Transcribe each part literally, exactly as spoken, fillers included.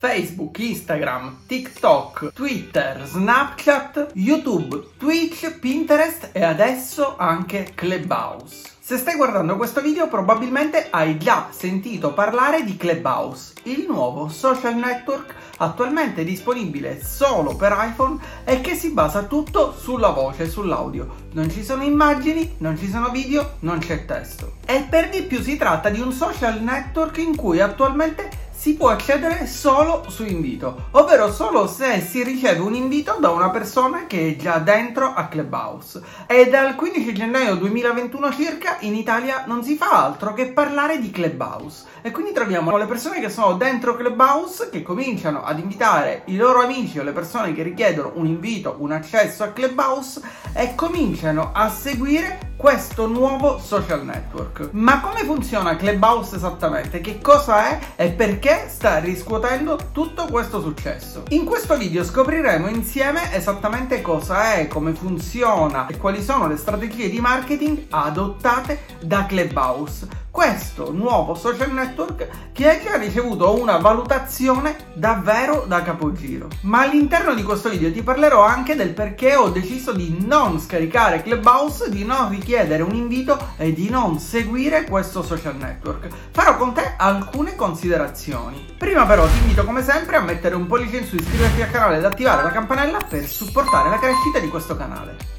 Facebook, Instagram, TikTok, Twitter, Snapchat, YouTube, Twitch, Pinterest e adesso anche Clubhouse. Se stai guardando questo video probabilmente hai già sentito parlare di Clubhouse, il nuovo social network attualmente disponibile solo per iPhone e che si basa tutto sulla voce, sull'audio. Non ci sono immagini, non ci sono video, non c'è testo. E per di più si tratta di un social network in cui attualmente si può accedere solo su invito, ovvero solo se si riceve un invito da una persona che è già dentro a Clubhouse. E dal quindici gennaio duemilaventuno circa in Italia non si fa altro che parlare di Clubhouse. E quindi troviamo le persone che sono dentro Clubhouse che cominciano ad invitare i loro amici o le persone che richiedono un invito, un accesso a Clubhouse e cominciano a seguire questo nuovo social network. Ma come funziona Clubhouse esattamente? Che cosa è e perché sta riscuotendo tutto questo successo? In questo video scopriremo insieme esattamente cosa è, come funziona e quali sono le strategie di marketing adottate da Clubhouse, questo nuovo social network che ha già ricevuto una valutazione davvero da capogiro. Ma all'interno di questo video ti parlerò anche del perché ho deciso di non scaricare Clubhouse, di non richiedere un invito e di non seguire questo social network. Farò con te alcune considerazioni. Prima però ti invito come sempre a mettere un pollice in su, iscriverti al canale ed attivare la campanella per supportare la crescita di questo canale.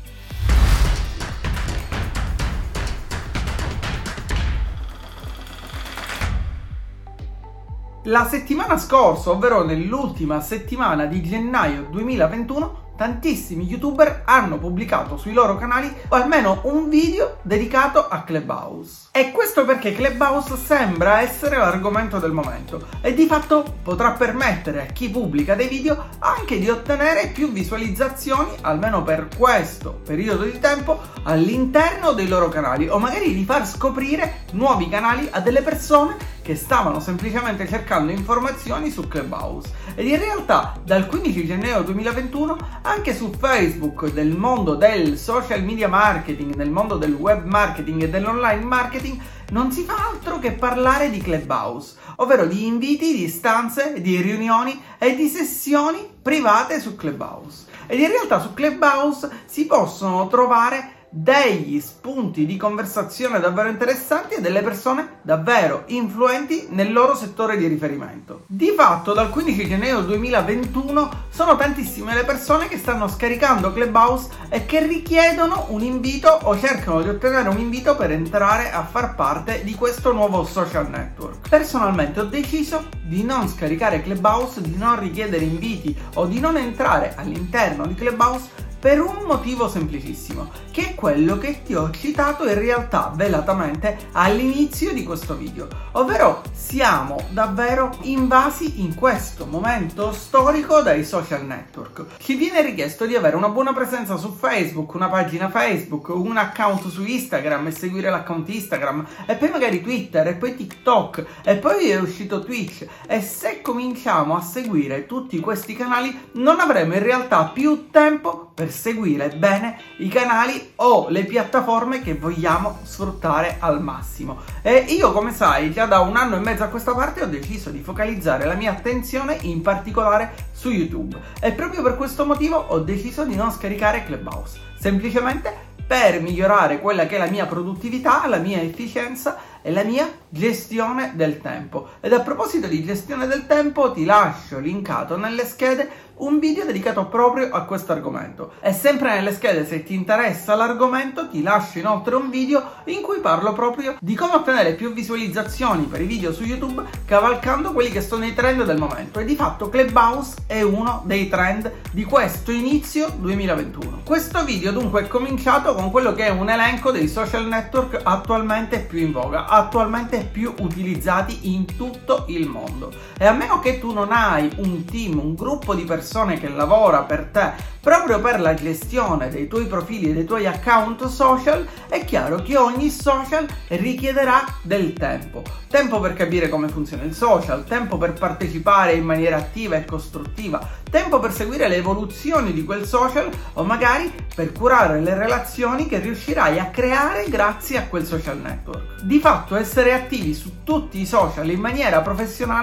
La settimana scorsa, ovvero nell'ultima settimana di gennaio duemilaventuno, tantissimi youtuber hanno pubblicato sui loro canali almeno un video dedicato a Clubhouse. E questo perché Clubhouse sembra essere l'argomento del momento e di fatto potrà permettere a chi pubblica dei video anche di ottenere più visualizzazioni, almeno per questo periodo di tempo, all'interno dei loro canali, o magari di far scoprire nuovi canali a delle persone che stavano semplicemente cercando informazioni su Clubhouse. Ed in realtà dal quindici gennaio duemilaventuno anche su Facebook, del mondo del social media marketing, nel mondo del web marketing e dell'online marketing, non si fa altro che parlare di Clubhouse, ovvero di inviti, di stanze, di riunioni e di sessioni private su Clubhouse. Ed in realtà su Clubhouse si possono trovare degli spunti di conversazione davvero interessanti e delle persone davvero influenti nel loro settore di riferimento. Di fatto dal quindici gennaio duemilaventuno sono tantissime le persone che stanno scaricando Clubhouse e che richiedono un invito o cercano di ottenere un invito per entrare a far parte di questo nuovo social network. Personalmente ho deciso di non scaricare Clubhouse, di non richiedere inviti o di non entrare all'interno di Clubhouse per un motivo semplicissimo, che è quello che ti ho citato in realtà velatamente all'inizio di questo video, ovvero siamo davvero invasi in questo momento storico dai social network. Ci viene richiesto di avere una buona presenza su Facebook, una pagina Facebook, un account su Instagram e seguire l'account Instagram, e poi magari Twitter, e poi TikTok, e poi è uscito Twitch, e se cominciamo a seguire tutti questi canali non avremo in realtà più tempo per seguire bene i canali o le piattaforme che vogliamo sfruttare al massimo. E io, come sai, già da un anno e mezzo a questa parte ho deciso di focalizzare la mia attenzione in particolare su YouTube, e proprio per questo motivo ho deciso di non scaricare Clubhouse, semplicemente per migliorare quella che è la mia produttività, la mia efficienza e la mia gestione del tempo. Ed a proposito di gestione del tempo, ti lascio linkato nelle schede un video dedicato proprio a questo argomento. E sempre nelle schede, se ti interessa l'argomento, ti lascio inoltre un video in cui parlo proprio di come ottenere più visualizzazioni per i video su YouTube cavalcando quelli che sono i trend del momento. E di fatto Clubhouse è uno dei trend di questo inizio duemilaventuno. Questo video dunque è cominciato con quello che è un elenco dei social network attualmente più in voga, attualmente più utilizzati in tutto il mondo. E a meno che tu non hai un team, un gruppo di persone che lavora per te proprio per la gestione dei tuoi profili e dei tuoi account social, è chiaro che ogni social richiederà del tempo. Tempo per capire come funziona il social, tempo per partecipare in maniera attiva e costruttiva, tempo per seguire le evoluzioni di quel social o magari per curare le relazioni che riuscirai a creare grazie a quel social network. Di fatto essere attivi su tutti i social in maniera professionale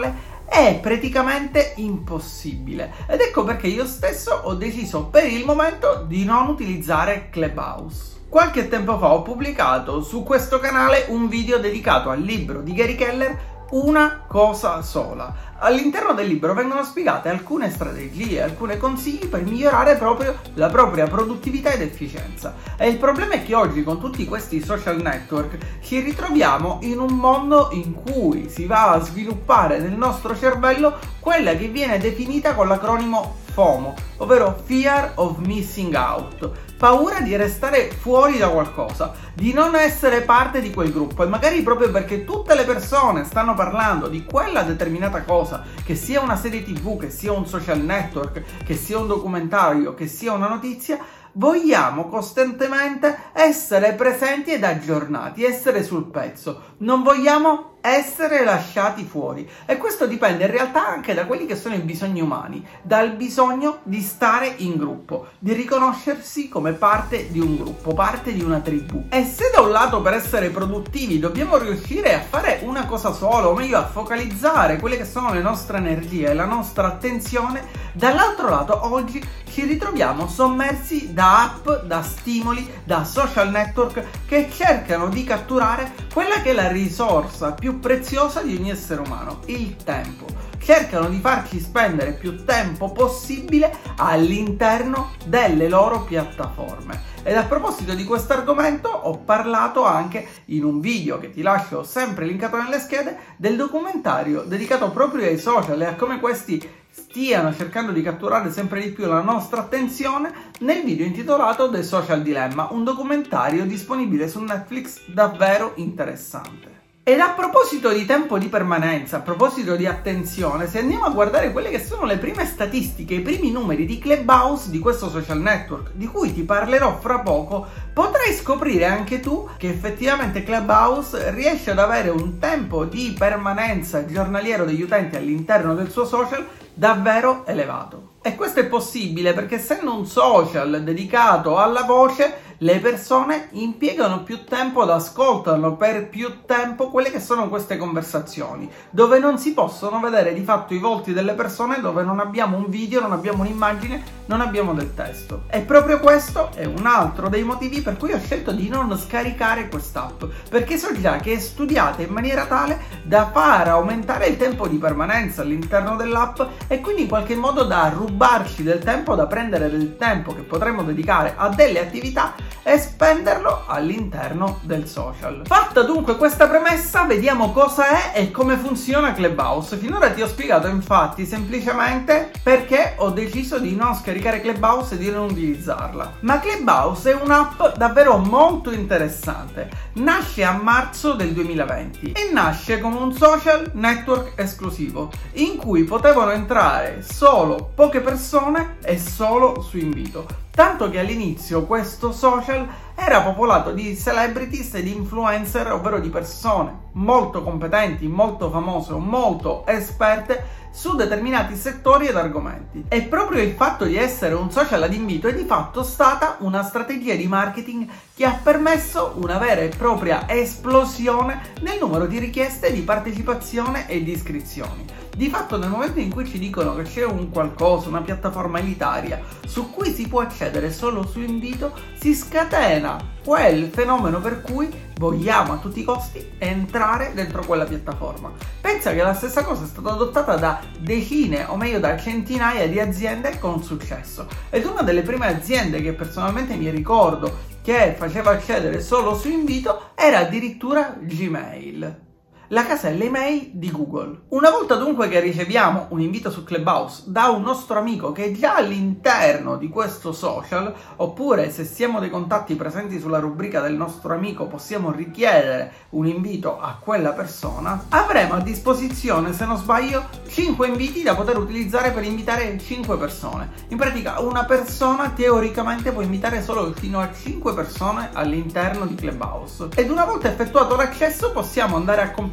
è praticamente impossibile. Ed ecco perché io stesso ho deciso per il momento di non utilizzare Clubhouse. Qualche tempo fa ho pubblicato su questo canale un video dedicato al libro di Gary Keller, Una cosa sola. All'interno del libro vengono spiegate alcune strategie, alcuni consigli per migliorare proprio la propria produttività ed efficienza. E il problema è che oggi con tutti questi social network ci ritroviamo in un mondo in cui si va a sviluppare nel nostro cervello quella che viene definita con l'acronimo FOMO, ovvero Fear of Missing Out. Paura di restare fuori da qualcosa, di non essere parte di quel gruppo, e magari proprio perché tutte le persone stanno parlando di quella determinata cosa, che sia una serie tv, che sia un social network, che sia un documentario, che sia una notizia, vogliamo costantemente essere presenti ed aggiornati, essere sul pezzo, non vogliamo essere lasciati fuori. E questo dipende in realtà anche da quelli che sono i bisogni umani, dal bisogno di stare in gruppo, di riconoscersi come parte di un gruppo, parte di una tribù. E se da un lato per essere produttivi dobbiamo riuscire a fare una cosa sola, o meglio a focalizzare quelle che sono le nostre energie e la nostra attenzione, dall'altro lato oggi ci ritroviamo sommersi da app, da stimoli, da social network che cercano di catturare quella che è la risorsa più preziosa di ogni essere umano, il tempo. Cercano di farci spendere più tempo possibile all'interno delle loro piattaforme. Ed a proposito di questo argomento ho parlato anche in un video che ti lascio sempre linkato nelle schede, del documentario dedicato proprio ai social e a come questi stiano cercando di catturare sempre di più la nostra attenzione, nel video intitolato The Social Dilemma, un documentario disponibile su Netflix davvero interessante. Ed a proposito di tempo di permanenza, a proposito di attenzione, se andiamo a guardare quelle che sono le prime statistiche, i primi numeri di Clubhouse, di questo social network, di cui ti parlerò fra poco, potrai scoprire anche tu che effettivamente Clubhouse riesce ad avere un tempo di permanenza giornaliero degli utenti all'interno del suo social davvero elevato. E questo è possibile perché, essendo un social dedicato alla voce, le persone impiegano più tempo ed ascoltano per più tempo quelle che sono queste conversazioni, dove non si possono vedere di fatto i volti delle persone, dove non abbiamo un video, non abbiamo un'immagine, non abbiamo del testo. E proprio questo è un altro dei motivi per cui ho scelto di non scaricare quest'app, perché so già che è studiata in maniera tale da far aumentare il tempo di permanenza all'interno dell'app e quindi in qualche modo da rubarci del tempo, da prendere del tempo che potremmo dedicare a delle attività e spenderlo all'interno del social. Fatta dunque questa premessa, vediamo cosa è e come funziona Clubhouse. Finora ti ho spiegato infatti semplicemente perché ho deciso di non scaricare Clubhouse e di non utilizzarla. Ma Clubhouse è un'app davvero molto interessante. Nasce a marzo del duemilaventi e nasce come un social network esclusivo in cui potevano entrare solo poche persone e solo su invito. Tanto che all'inizio questo social era popolato di celebrities e di influencer, ovvero di persone molto competenti, molto famose o molto esperte su determinati settori ed argomenti. E proprio il fatto di essere un social ad invito è di fatto stata una strategia di marketing che ha permesso una vera e propria esplosione nel numero di richieste di partecipazione e di iscrizioni. Di fatto, nel momento in cui ci dicono che c'è un qualcosa, una piattaforma elitaria su cui si può accedere solo su invito, si scatena quel fenomeno per cui vogliamo a tutti i costi entrare dentro quella piattaforma. Pensa che la stessa cosa è stata adottata da decine, o meglio da centinaia di aziende con successo. Ed una delle prime aziende che personalmente mi ricordo che faceva accedere solo su invito era addirittura Gmail, la casella email di Google. Una volta dunque che riceviamo un invito su Clubhouse da un nostro amico che è già all'interno di questo social, oppure se siamo dei contatti presenti sulla rubrica del nostro amico possiamo richiedere un invito a quella persona, avremo a disposizione, se non sbaglio, cinque inviti da poter utilizzare per invitare cinque persone. In pratica una persona teoricamente può invitare solo fino a cinque persone all'interno di Clubhouse. Ed una volta effettuato l'accesso possiamo andare a compilare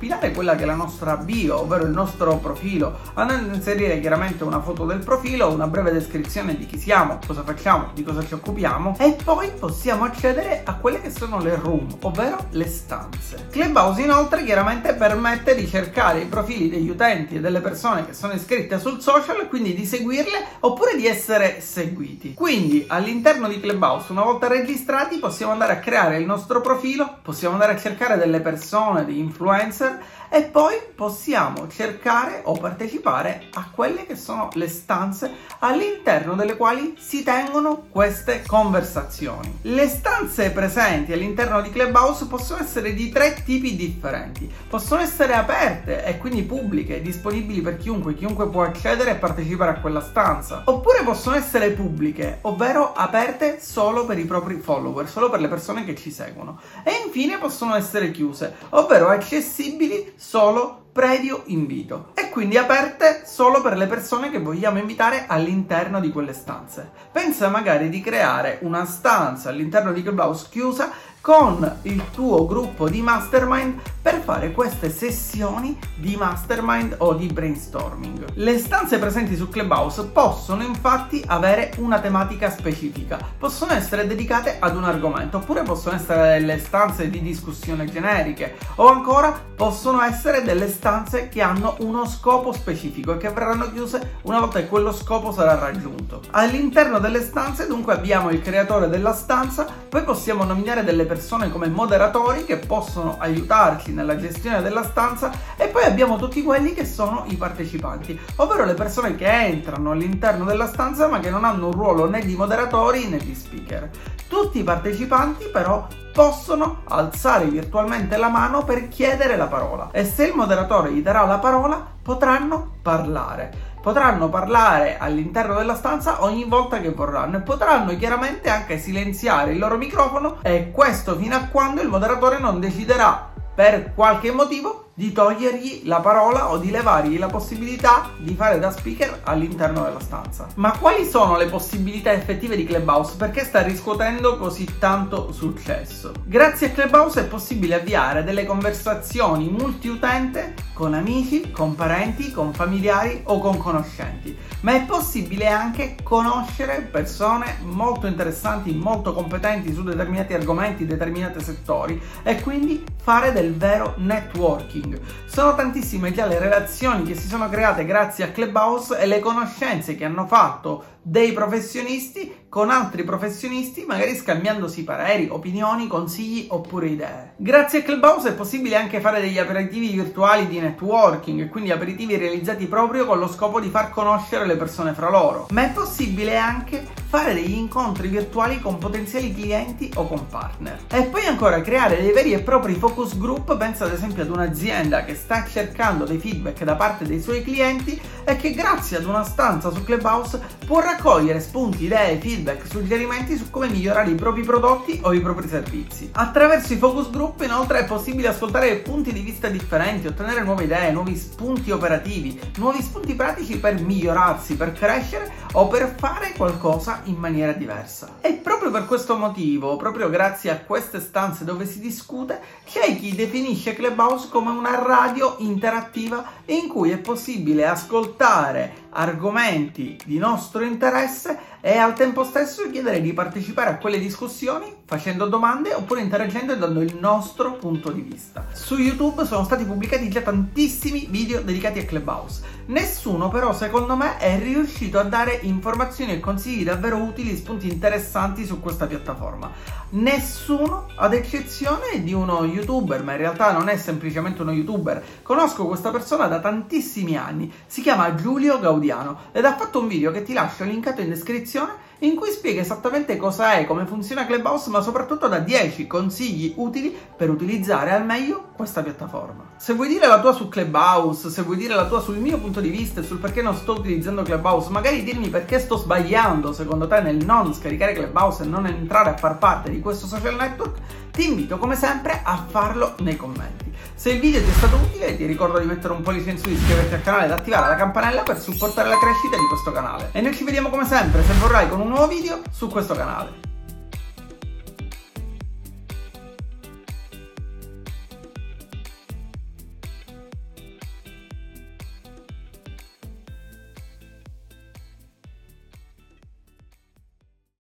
compilare quella che è la nostra bio, ovvero il nostro profilo, andando a inserire chiaramente una foto del profilo, una breve descrizione di chi siamo, cosa facciamo, di cosa ci occupiamo, e poi possiamo accedere a quelle che sono le room, ovvero le stanze. Clubhouse inoltre chiaramente permette di cercare i profili degli utenti e delle persone che sono iscritte sul social, quindi di seguirle oppure di essere seguiti. Quindi all'interno di Clubhouse, una volta registrati, possiamo andare a creare il nostro profilo, possiamo andare a cercare delle persone, degli influencer, e poi possiamo cercare o partecipare a quelle che sono le stanze all'interno delle quali si tengono queste conversazioni. Le stanze presenti all'interno di Clubhouse possono essere di tre tipi differenti. Possono essere aperte e quindi pubbliche, disponibili per chiunque, chiunque può accedere e partecipare a quella stanza. Oppure possono essere pubbliche, ovvero aperte solo per i propri follower, solo per le persone che ci seguono. E infine possono essere chiuse, ovvero accessibili solo previo invito, e quindi aperte solo per le persone che vogliamo invitare all'interno di quelle stanze. Pensa magari di creare una stanza all'interno di Clubhouse chiusa con il tuo gruppo di mastermind per fare queste sessioni di mastermind o di brainstorming. Le stanze presenti su Clubhouse possono infatti avere una tematica specifica, possono essere dedicate ad un argomento, oppure possono essere delle stanze di discussione generiche, o ancora possono essere delle stanze che hanno uno scopo specifico e che verranno chiuse una volta che quello scopo sarà raggiunto. All'interno delle stanze dunque abbiamo il creatore della stanza, poi possiamo nominare delle persone persone come moderatori che possono aiutarci nella gestione della stanza, e poi abbiamo tutti quelli che sono i partecipanti, ovvero le persone che entrano all'interno della stanza ma che non hanno un ruolo né di moderatori né di speaker. Tutti i partecipanti però possono alzare virtualmente la mano per chiedere la parola, e se il moderatore gli darà la parola potranno parlare. Potranno parlare all'interno della stanza ogni volta che vorranno, e potranno chiaramente anche silenziare il loro microfono, e questo fino a quando il moderatore non deciderà per qualche motivo di togliergli la parola o di levargli la possibilità di fare da speaker all'interno della stanza. Ma quali sono le possibilità effettive di Clubhouse? Perché sta riscuotendo così tanto successo? Grazie a Clubhouse è possibile avviare delle conversazioni multiutente con amici, con parenti, con familiari o con conoscenti, ma è possibile anche conoscere persone molto interessanti, molto competenti su determinati argomenti, determinati settori, e quindi fare del vero networking. Sono tantissime già le relazioni che si sono create grazie a Clubhouse e le conoscenze che hanno fatto dei professionisti con altri professionisti, magari scambiandosi pareri, opinioni, consigli oppure idee. Grazie a Clubhouse è possibile anche fare degli aperitivi virtuali di networking, quindi aperitivi realizzati proprio con lo scopo di far conoscere le persone fra loro, ma è possibile anche fare degli incontri virtuali con potenziali clienti o con partner. E poi ancora creare dei veri e propri focus group. Pensa ad esempio ad un'azienda che sta cercando dei feedback da parte dei suoi clienti e che grazie ad una stanza su Clubhouse può raccogliere spunti, idee, feedback, suggerimenti su come migliorare i propri prodotti o i propri servizi. Attraverso i focus group inoltre è possibile ascoltare punti di vista differenti, ottenere nuove idee, nuovi spunti operativi, nuovi spunti pratici per migliorarsi, per crescere o per fare qualcosa in maniera diversa. E proprio per questo motivo, proprio grazie a queste stanze dove si discute, c'è chi definisce Clubhouse come una radio interattiva in cui è possibile ascoltare argomenti di nostro interesse e al tempo stesso chiedere di partecipare a quelle discussioni facendo domande oppure interagendo e dando il nostro punto di vista. Su YouTube sono stati pubblicati già tantissimi video dedicati a Clubhouse. Nessuno però secondo me è riuscito a dare informazioni e consigli davvero utili, spunti interessanti su questa piattaforma. Nessuno, ad eccezione di uno youtuber, ma in realtà non è semplicemente uno youtuber. Conosco questa persona da tantissimi anni, si chiama Giulio Gaudiano ed ha fatto un video che ti lascio linkato in descrizione in cui spiega esattamente cosa è, come funziona Clubhouse, ma soprattutto dà dieci consigli utili per utilizzare al meglio questa piattaforma. Se vuoi dire la tua su Clubhouse, se vuoi dire la tua sul mio punto di vista e sul perché non sto utilizzando Clubhouse, magari dirmi perché sto sbagliando secondo te nel non scaricare Clubhouse e non entrare a far parte di questo social network, ti invito come sempre a farlo nei commenti. Se il video ti è stato utile ti ricordo di mettere un pollice in su, di iscriverti al canale ed attivare la campanella per supportare la crescita di questo canale. E noi ci vediamo come sempre, se vorrai, con un nuovo video su questo canale.